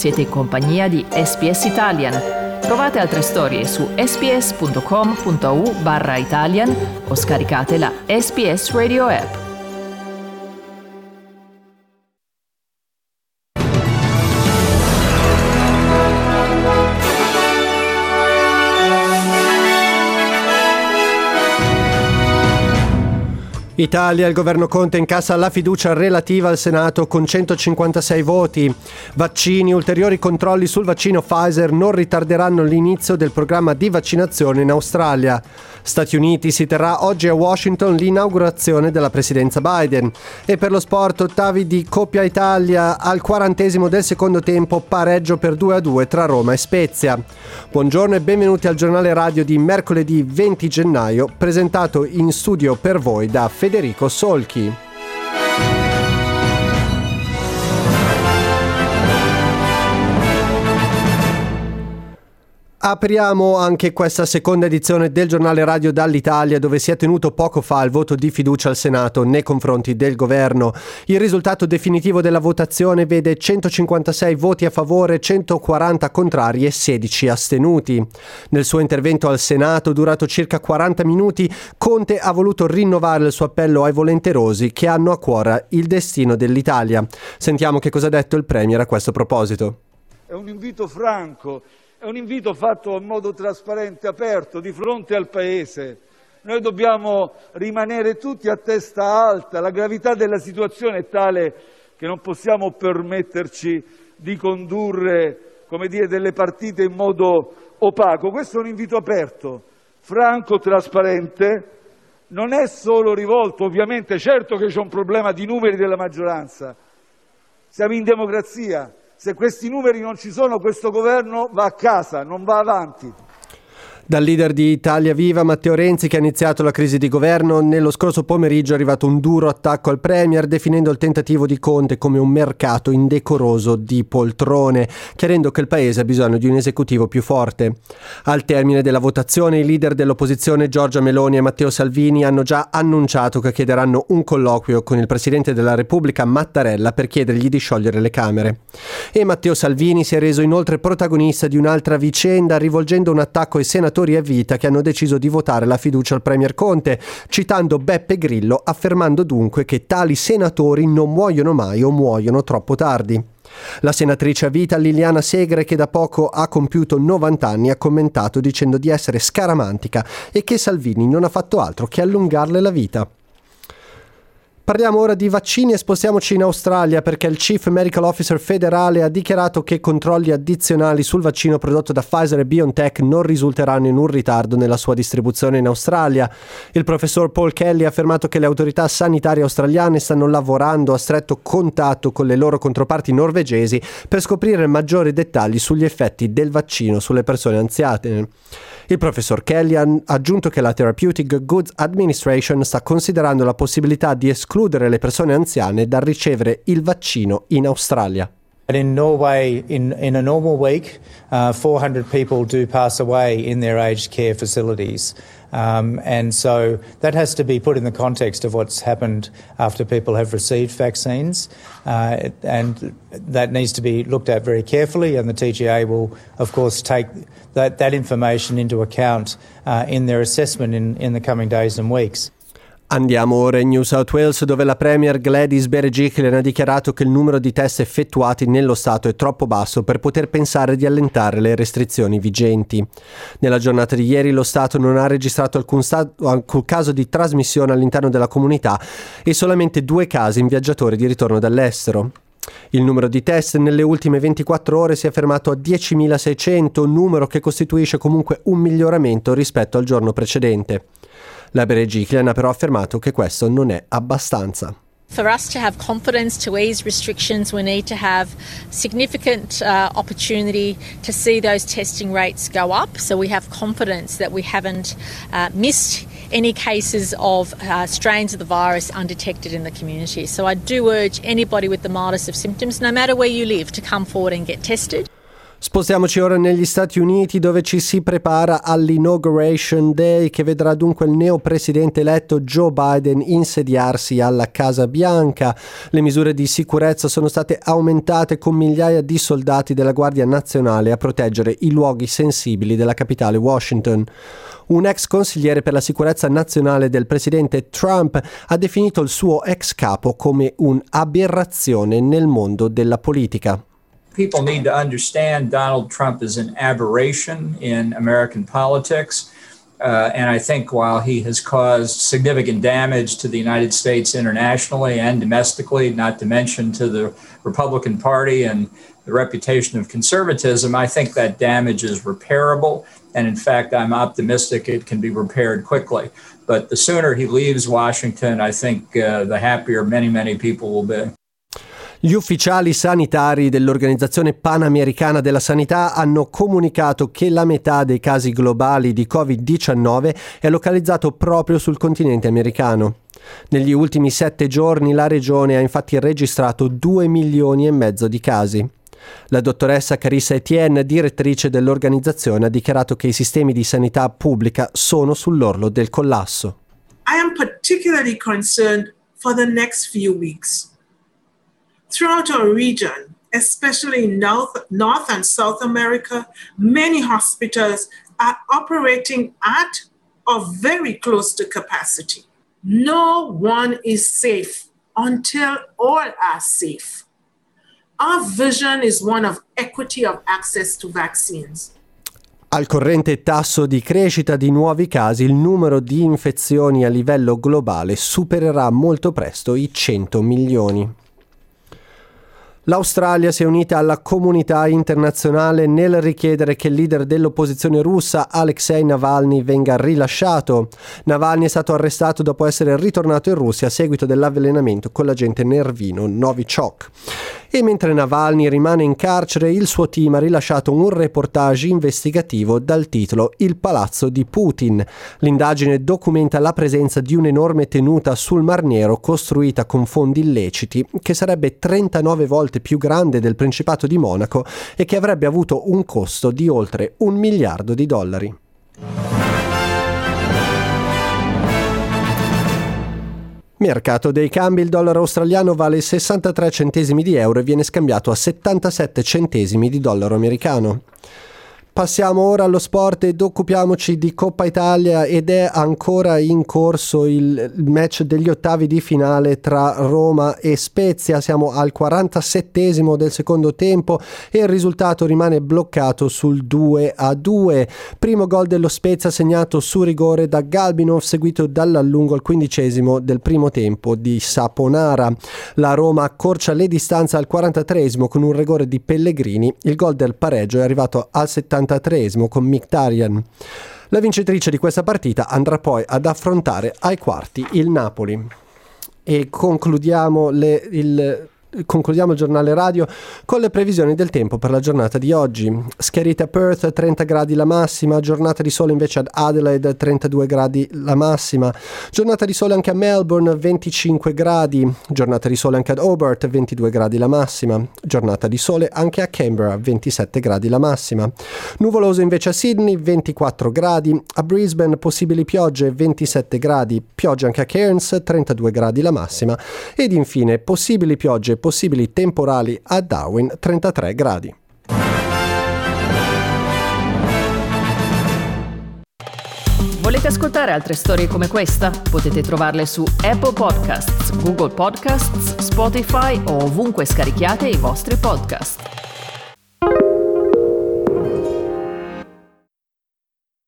Siete in compagnia di SPS Italian. Trovate altre storie su sps.com.au/Italian o scaricate la SPS Radio app. Italia, il governo Conte incassa la fiducia relativa al Senato con 156 voti. Vaccini, ulteriori controlli sul vaccino Pfizer non ritarderanno l'inizio del programma di vaccinazione in Australia. Stati Uniti, si terrà oggi a Washington l'inaugurazione della presidenza Biden. E per lo sport, ottavi di Coppa Italia, al 40° del secondo tempo, pareggio per 2-2 tra Roma e Spezia. Buongiorno e benvenuti al giornale radio di mercoledì 20 gennaio, presentato in studio per voi da Federico Solchi. Apriamo anche questa seconda edizione del giornale radio dall'Italia, dove si è tenuto poco fa il voto di fiducia al Senato nei confronti del governo. Il risultato definitivo della votazione vede 156 voti a favore, 140 contrari e 16 astenuti. Nel suo intervento al Senato, durato circa 40 minuti, Conte ha voluto rinnovare il suo appello ai volenterosi che hanno a cuore il destino dell'Italia. Sentiamo che cosa ha detto il Premier a questo proposito. È un invito franco. È un invito fatto in modo trasparente, aperto, di fronte al Paese. Noi dobbiamo rimanere tutti a testa alta, la gravità della situazione è tale che non possiamo permetterci di condurre, delle partite in modo opaco. Questo è un invito aperto, franco, trasparente, non è solo rivolto, ovviamente, certo che c'è un problema di numeri della maggioranza, siamo in democrazia. Se questi numeri non ci sono, questo governo va a casa, non va avanti. Dal leader di Italia Viva, Matteo Renzi, che ha iniziato la crisi di governo, nello scorso pomeriggio è arrivato un duro attacco al Premier, definendo il tentativo di Conte come un mercato indecoroso di poltrone, chiarendo che il Paese ha bisogno di un esecutivo più forte. Al termine della votazione, i leader dell'opposizione Giorgia Meloni e Matteo Salvini hanno già annunciato che chiederanno un colloquio con il Presidente della Repubblica Mattarella per chiedergli di sciogliere le Camere. E Matteo Salvini si è reso inoltre protagonista di un'altra vicenda, rivolgendo un attacco ai senatori a vita che hanno deciso di votare la fiducia al Premier Conte, citando Beppe Grillo, affermando dunque che tali senatori non muoiono mai o muoiono troppo tardi. La senatrice a vita Liliana Segre, che da poco ha compiuto 90 anni, ha commentato dicendo di essere scaramantica e che Salvini non ha fatto altro che allungarle la vita. Parliamo ora di vaccini e spostiamoci in Australia, perché il Chief Medical Officer federale ha dichiarato che controlli addizionali sul vaccino prodotto da Pfizer e BioNTech non risulteranno in un ritardo nella sua distribuzione in Australia. Il professor Paul Kelly ha affermato che le autorità sanitarie australiane stanno lavorando a stretto contatto con le loro controparti norvegesi per scoprire maggiori dettagli sugli effetti del vaccino sulle persone anziane. Il professor Kelly ha aggiunto che la Therapeutic Goods Administration sta considerando la possibilità di escludere le persone anziane dal ricevere il vaccino in Australia. In Norway, in a normal week, 400 people do pass away in their aged care facilities. And so that has to be put in the context of what's happened after people have received vaccines. And that needs to be looked at very carefully, and the TGA will, of course, take that information into account in their assessment in the coming days and weeks. Andiamo ora in New South Wales, dove la Premier Gladys Berejiklian ha dichiarato che il numero di test effettuati nello Stato è troppo basso per poter pensare di allentare le restrizioni vigenti. Nella giornata di ieri lo Stato non ha registrato alcun caso di trasmissione all'interno della comunità e solamente 2 casi in viaggiatori di ritorno dall'estero. Il numero di test nelle ultime 24 ore si è fermato a 10.600, numero che costituisce comunque un miglioramento rispetto al giorno precedente. La Berejiklian ha però affermato che questo non è abbastanza. For us to have confidence to ease restrictions, we need to have significant opportunity to see those testing rates go up, so we have confidence that we haven't missed any cases of strains of the virus undetected in the community. So I do urge anybody with the mildest of symptoms, no matter where you live, to come forward and get tested. Spostiamoci ora negli Stati Uniti, dove ci si prepara all'Inauguration Day, che vedrà dunque il neopresidente eletto Joe Biden insediarsi alla Casa Bianca. Le misure di sicurezza sono state aumentate con migliaia di soldati della Guardia Nazionale a proteggere i luoghi sensibili della capitale Washington. Un ex consigliere per la sicurezza nazionale del presidente Trump ha definito il suo ex capo come un'aberrazione nel mondo della politica. People need to understand Donald Trump is an aberration in American politics. And I think while he has caused significant damage to the United States internationally and domestically, not to mention to the Republican Party and the reputation of conservatism, I think that damage is repairable. And in fact, I'm optimistic it can be repaired quickly. But the sooner he leaves Washington, I think the happier many, many people will be. Gli ufficiali sanitari dell'Organizzazione Panamericana della Sanità hanno comunicato che la metà dei casi globali di Covid-19 è localizzato proprio sul continente americano. Negli ultimi 7 giorni la regione ha infatti registrato 2,5 milioni di casi. La dottoressa Carissa Etienne, direttrice dell'organizzazione, ha dichiarato che i sistemi di sanità pubblica sono sull'orlo del collasso. I am particularly concerned for the next few weeks. Throughout our region, especially in North and South America, many hospitals are operating at or very close to capacity. No one is safe until all are safe. Our vision is one of equity of access to vaccines. Al corrente tasso di crescita di nuovi casi, il numero di infezioni a livello globale supererà molto presto i 100 milioni. L'Australia si è unita alla comunità internazionale nel richiedere che il leader dell'opposizione russa Alexei Navalny venga rilasciato. Navalny è stato arrestato dopo essere ritornato in Russia a seguito dell'avvelenamento con l'agente nervino Novichok. E mentre Navalny rimane in carcere, il suo team ha rilasciato un reportage investigativo dal titolo Il palazzo di Putin. L'indagine documenta la presenza di un'enorme tenuta sul Mar Nero costruita con fondi illeciti, che sarebbe 39 volte più grande del Principato di Monaco e che avrebbe avuto un costo di oltre $1 miliardo. Mercato dei cambi: il dollaro australiano vale 63 centesimi di euro e viene scambiato a 77 centesimi di dollaro americano. Passiamo ora allo sport ed occupiamoci di Coppa Italia, ed è ancora in corso il match degli ottavi di finale tra Roma e Spezia. Siamo al 47esimo del secondo tempo e il risultato rimane bloccato sul 2-2. Primo gol dello Spezia segnato su rigore da Galbinov, seguito dall'allungo al 15esimo del primo tempo di Saponara. La Roma accorcia le distanze al 43esimo con un rigore di Pellegrini. Il gol del pareggio è arrivato al 73esimo con Mkhitaryan. La vincitrice di questa partita andrà poi ad affrontare ai quarti il Napoli. E concludiamo il giornale radio con le previsioni del tempo per la giornata di oggi. Schiarita a Perth, 30 gradi la massima, giornata di sole invece ad Adelaide, 32 gradi la massima, giornata di sole anche a Melbourne, 25 gradi, giornata di sole anche ad Hobart, 22 gradi la massima, giornata di sole anche a Canberra, 27 gradi la massima, nuvoloso invece a Sydney, 24 gradi, a Brisbane possibili piogge, 27 gradi, piogge anche a Cairns, 32 gradi la massima, ed infine possibili piogge, possibili temporali a Darwin, 33 gradi. Volete ascoltare altre storie come questa? Potete trovarle su Apple Podcasts, Google Podcasts, Spotify o ovunque scarichiate i vostri podcast.